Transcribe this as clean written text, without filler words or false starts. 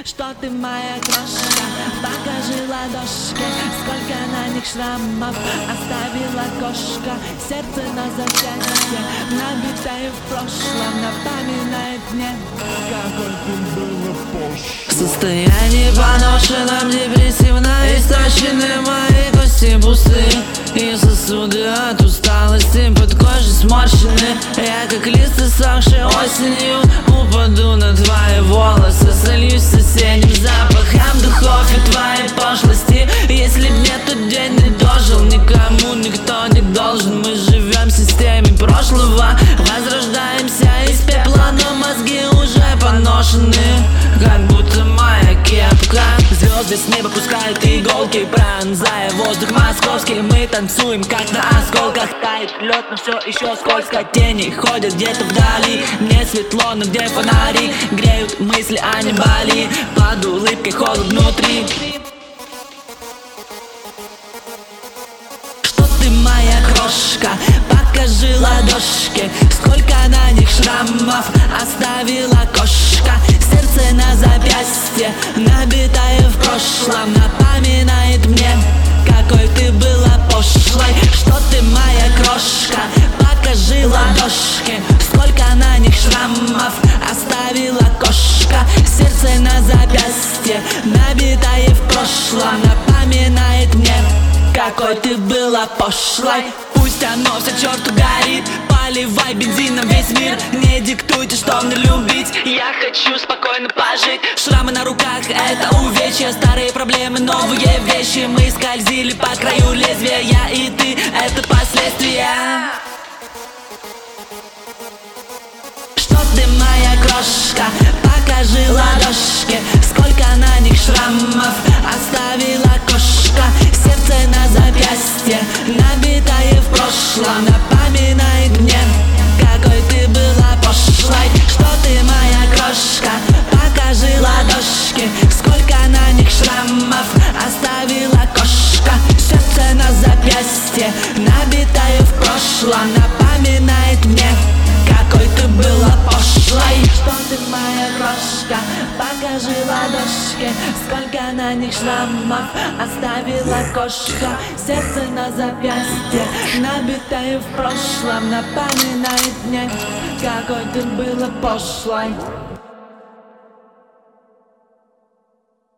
что ты моя крошка. Покажи ладошки, сколько на них шрамов оставила кошка. Сердце на запястье, набитое в прошлом, напоминает мне, какой ты была позже. Состояние поношенном, депрессивно истощены мои кости пустые, и сосуды от усталости под кожей сморщены. Я как лист иссохший осенью упаду на твои волосы, сольюсь с соседним запахом духов и твоей пошлости. Если б мне тот день не дожил, никому никто не должен. Мы живем в системе прошлого, возрождаемся из пепла, но мозги уже поношены, как будто моя кепка. Звезды с неба пускают иголки, пронзая воздух московский. Мы танцуем, как на осколках. Тает лед, но все еще скользко. Тени ходят где-то вдали. Мне светло, но где фонари? Греют мысли, а не боли. Под улыбкой холод внутри. Что ты моя крошка? Покажи ладошки, сколько на них шрамов оставила кошка. Сердце на запястье, набитое в прошлом, напоминает мне, какой ты была пошлой. Что ты моя крошка? Покажи ладошки, сколько на них шрамов оставила кошка. Сердце на запястье, набитое в прошлом, напоминает мне, какой ты была пошлой. Пусть оно все черту горит, поливай бензином весь мир. Не диктуйте, что мне любить, я хочу спокойно пожить. Шрамы на руках — это увечья, старые проблемы, новые вещи. Мы скользили по краю лезвия, я и ты — это последствия. Что ты моя крошка? Покажи ладошки, сколько на них шрамов оставила кошка. Сердце на запястье, набитое в прошлом, напоминает мне, какой ты была пошлой. Что ты моя крошка? Покажи ладошки, сколько на них шрамов оставила кошка. Сердце на запястье, набитое в прошлом, напоминает мне, какой ты была пошлой. Что ты моя крошка? Покажи ладошки, сколько на них шрамов оставила кошка. Сердце на запястье, набитое в прошлом, напоминает мне, какой ты была пошлой.